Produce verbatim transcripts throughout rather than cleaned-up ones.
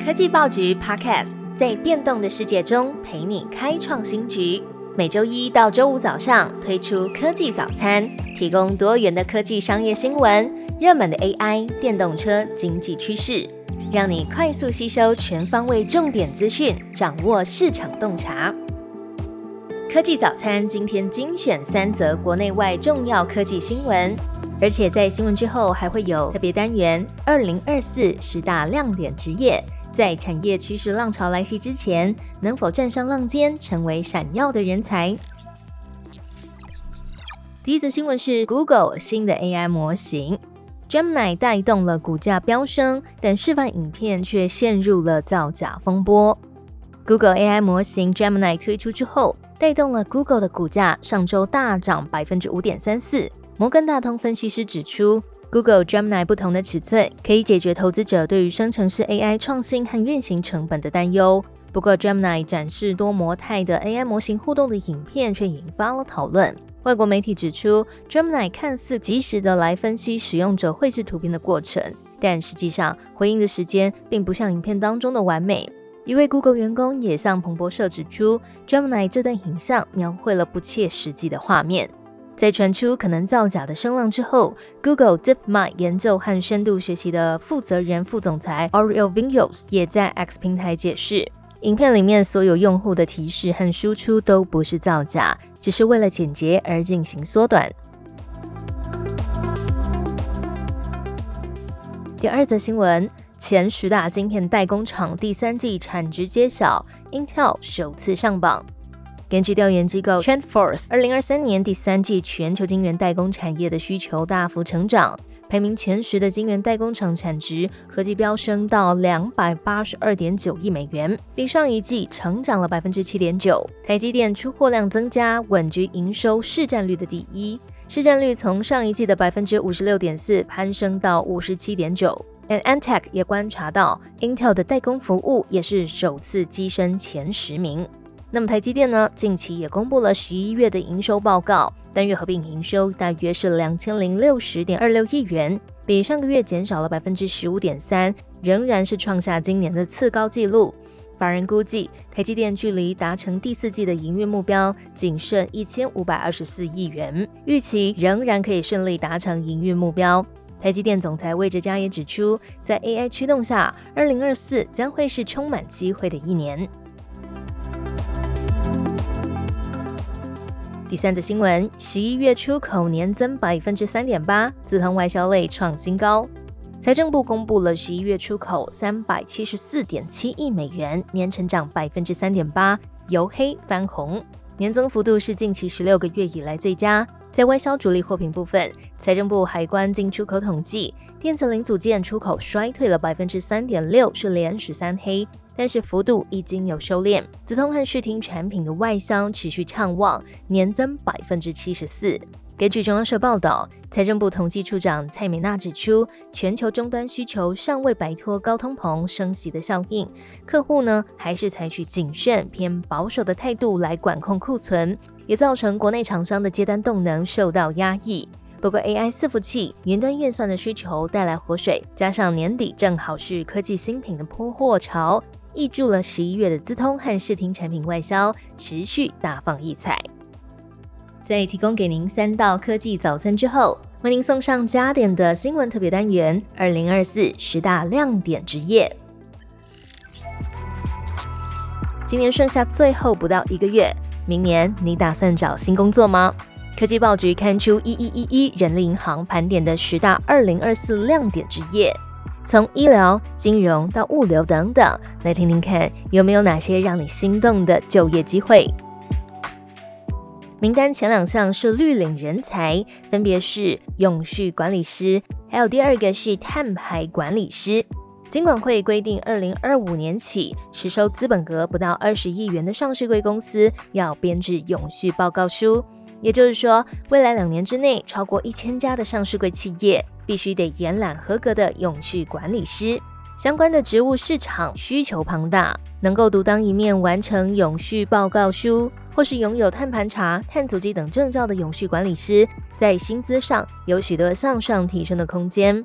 科技报局 Podcast 在变动的世界中陪你开创新局。每周一到周五早上推出科技早餐，提供多元的科技商业新闻、热门的 A I、电动车、经济趋势，让你快速吸收全方位重点资讯，掌握市场洞察。科技早餐今天精选三则国内外重要科技新闻，而且在新闻之后还会有特别单元二零二四十大亮点职业，在产业趋势浪潮来袭之前，能否站上浪尖，成为闪耀的人才？第一则新闻是 Google 新的 A I 模型 Gemini 带动了股价飙升，但示范影片却陷入了造假风波。Google A I 模型 Gemini 推出之后，带动了 Google 的股价上周大涨 百分之五点三四。摩根大通分析师指出， Google Gemini 不同的尺寸可以解决投资者对于生成式 A I 创新和运行成本的担忧。不过 Gemini 展示多模态的 A I 模型互动的影片却引发了讨论。外国媒体指出， Gemini 看似及时的来分析使用者绘制图片的过程，但实际上回应的时间并不像影片当中的完美。一位 Google 员工也向彭博社指出， Gemini 这段影像描绘了不切实际的画面。在传出可能造假的声浪之后， Google DeepMind 研究和深度学习的负责人副总裁 Ariel Vinales 也在 X 平台解释，影片里面所有用户的提示和输出都不是造假，只是为了简洁而进行缩短。第二则新闻，前十大晶片代工厂第三季产值揭晓， Intel 首次上榜。根据调研机构 TrendForce， 二零二三年第三季全球晶圆代工产业的需求大幅成长，排名前十的晶圆代工厂产值合计飙升到 两百八十二点九亿美元，比上一季成长了 百分之七点九。 台积电出货量增加，稳居营收市占率的第一，市占率从上一季的 百分之五十六点四 攀升到 五十七点九。Antech 也观察到 Intel 的代工服务也是首次跻身前十名。那么台积电呢，近期也公布了十一月的营收报告，单月合并营收大约是 两千零六十点二六亿元，比上个月减少了 百分之十五点三， 仍然是创下今年的次高纪录。法人估计，台积电距离达成第四季的营运目标仅剩一千五百二十四亿元，预期仍然可以顺利达成营运目标。台积电总裁魏哲嘉也指出，在 A I 驱动下，二零二四将会是充满机会的一年。第三则新闻，十一月出口年增 百分之三点八， 资通外销类创新高。财政部公布了十一月出口 三百七十四点七亿美元，年成长 百分之三点八， 由黑翻红，年增幅度是近期十六个月以来最佳。在外销主力货品部分，财政部海关进出口统计，电子零组件出口衰退了 百分之三点六， 是连十三黑，但是幅度已经有收敛。资通和视听产品的外销持续畅旺，年增 百分之七十四。根据中央社报道，财政部统计处长蔡美娜指出，全球终端需求尚未摆脱高通膨升息的效应，客户呢还是采取谨慎偏保守的态度来管控库存，也造成国内厂商的接单动能受到压抑。不过 A I 伺服器、云端运算的需求带来活水，加上年底正好是科技新品的铺货潮，挹注了十一月的资通和视听产品外销持续大放异彩。在提供给您三道科技早餐之后，为您送上加点的新闻特别单元二零二四十大亮点职业。今年剩下最后不到一个月，明年你打算找新工作吗？科技报局刊出一一一一人力银行盘点的十大二零二四亮点职业，从医疗、金融到物流等等，来听听看有没有哪些让你心动的就业机会。名单前两项是绿领人才，分别是永续管理师，还有第二个是碳排管理师。金管会规定，二零二五年起，实收资本额不到二十亿元的上市柜公司要编制永续报告书。也就是说，未来两年之内，超过一千家的上市柜企业必须得延揽合格的永续管理师。相关的职务市场需求庞大，能够独当一面完成永续报告书，或是拥有碳盘查、碳足迹等证照的永续管理师，在薪资上有许多向上提升的空间。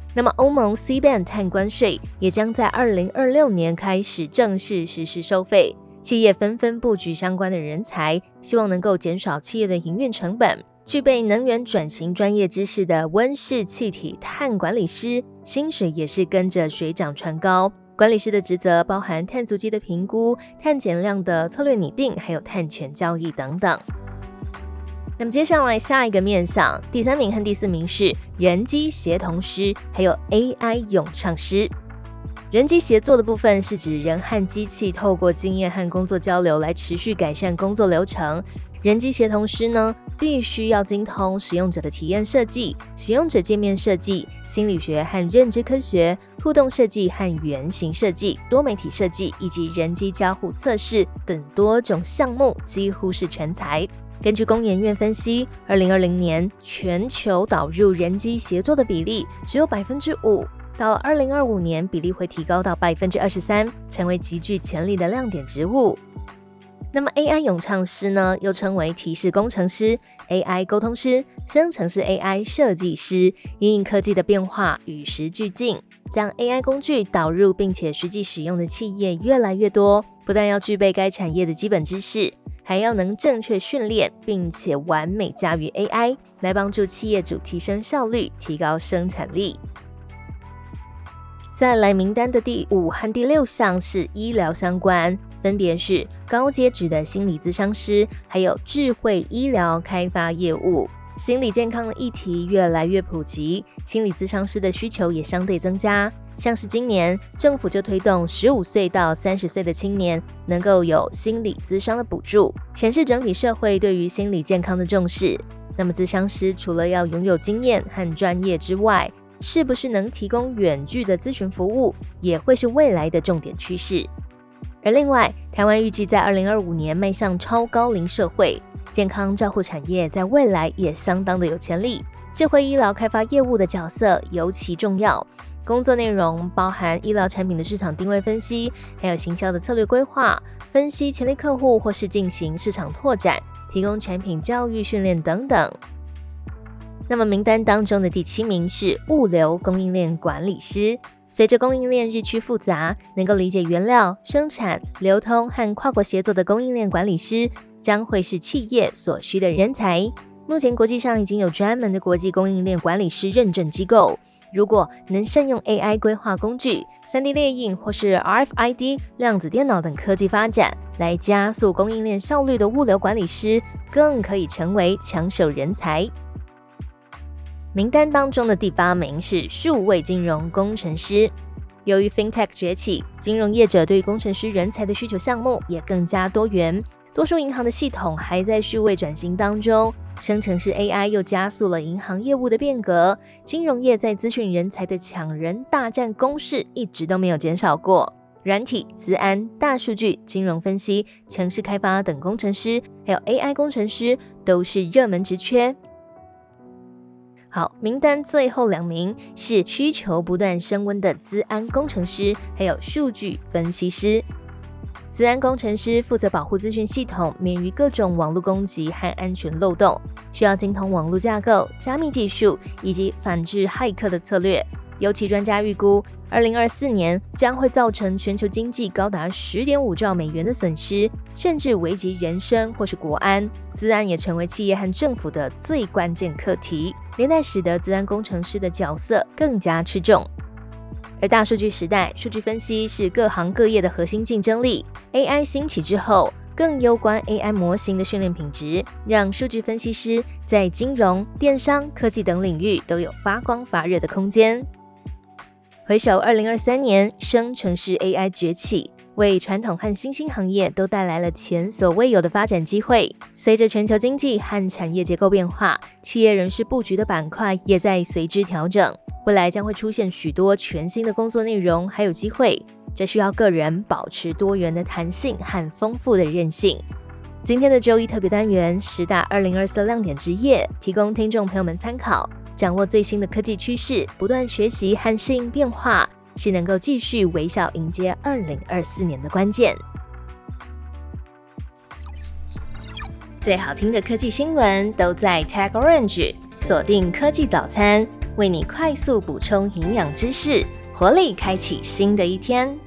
那么欧盟 C band 碳关税也将在二零二六年开始正式实施收费，企业纷纷布局相关的人才，希望能够减少企业的营运成本。具备能源转型专业知识的温室气体碳管理师薪水也是跟着水涨船高。管理师的职责包含碳足迹的评估、碳减量的策略拟定，还有碳权交易等等。那么接下来下一个面向，第三名和第四名是人机协同师，还有 A I 咏唱师。人机协作的部分是指人和机器透过经验和工作交流来持续改善工作流程。人机协同师呢，必须要精通使用者的体验设计、使用者界面设计、心理学和认知科学、互动设计和原型设计、多媒体设计以及人机交互测试等多种项目，几乎是全才。根据工研院分析，二零二零年全球导入人机协作的比例只有 百分之五， 到二零二五年比例会提高到 百分之二十三， 成为极具潜力的亮点职务。那么 A I 咏唱师呢，又称为提示工程师、A I 沟通师、生成式 A I 设计师，因应科技的变化与时俱进，将 A I 工具导入并且实际使用的企业越来越多，不但要具备该产业的基本知识，还要能正确训练并且完美驾驭 A I， 来帮助企业主提升效率，提高生产力。再来名单的第五和第六项是医疗相关，分别是高阶职的心理咨商师，还有智慧医疗开发业务。心理健康的议题越来越普及，心理咨商师的需求也相对增加。像是今年政府就推动十五岁到三十岁的青年能够有心理咨商的补助，显示整体社会对于心理健康的重视。那么咨商师除了要拥有经验和专业之外，是不是能提供远距的咨询服务，也会是未来的重点趋势。而另外，台湾预计在二零二五年迈向超高龄社会，健康照护产业在未来也相当的有潜力。智慧医疗开发业务的角色尤其重要，工作内容包含医疗产品的市场定位分析，还有行销的策略规划，分析潜力客户或是进行市场拓展，提供产品教育训练等等。那么名单当中的第七名是物流供应链管理师。随着供应链日趋复杂，能够理解原料、生产、流通和跨国协作的供应链管理师将会是企业所需的人才。目前国际上已经有专门的国际供应链管理师认证机构，如果能善用 A I 规划工具、三 D 列印或是 R F I D 量子电脑等科技发展，来加速供应链效率的物流管理师，更可以成为抢手人才。名单当中的第八名是数位金融工程师。由于 FinTech 崛起，金融业者对于工程师人才的需求项目也更加多元。多数银行的系统还在数位转型当中，生成式 A I 又加速了银行业务的变革。金融业在资讯人才的抢人大战攻势一直都没有减少过。软体、资安、大数据、金融分析、程式开发等工程师，还有 A I 工程师都是热门职缺。好，名单最后两名是需求不断升温的资安工程师，还有数据分析师。资安工程师负责保护资讯系统免于各种网络攻击和安全漏洞，需要精通网络架构、加密技术以及反制骇客的策略。尤其专家预估，二零二四年将会造成全球经济高达 十点五兆美元的损失，甚至危及人身或是国安。资安也成为企业和政府的最关键课题，连带使得资安工程师的角色更加吃重。而大数据时代，数据分析是各行各业的核心竞争力。A I 兴起之后，更攸关 A I 模型的训练品质，让数据分析师在金融、电商、科技等领域都有发光发热的空间。回首二零二三年，生成式 A I 崛起，为传统和新兴行业都带来了前所未有的发展机会。随着全球经济和产业结构变化，企业人事布局的板块也在随之调整。未来将会出现许多全新的工作内容还有机会，这需要个人保持多元的弹性和丰富的韧性。今天的周一特别单元十大二零二四亮点之夜，提供听众朋友们参考。掌握最新的科技趋势，不断学习和适应变化，是能够继续微笑迎接二零二四年的关键。最好听的科技新闻都在 Tag Orange， 锁定科技早餐， 为你快速补充营养知识，活力开启新的一天。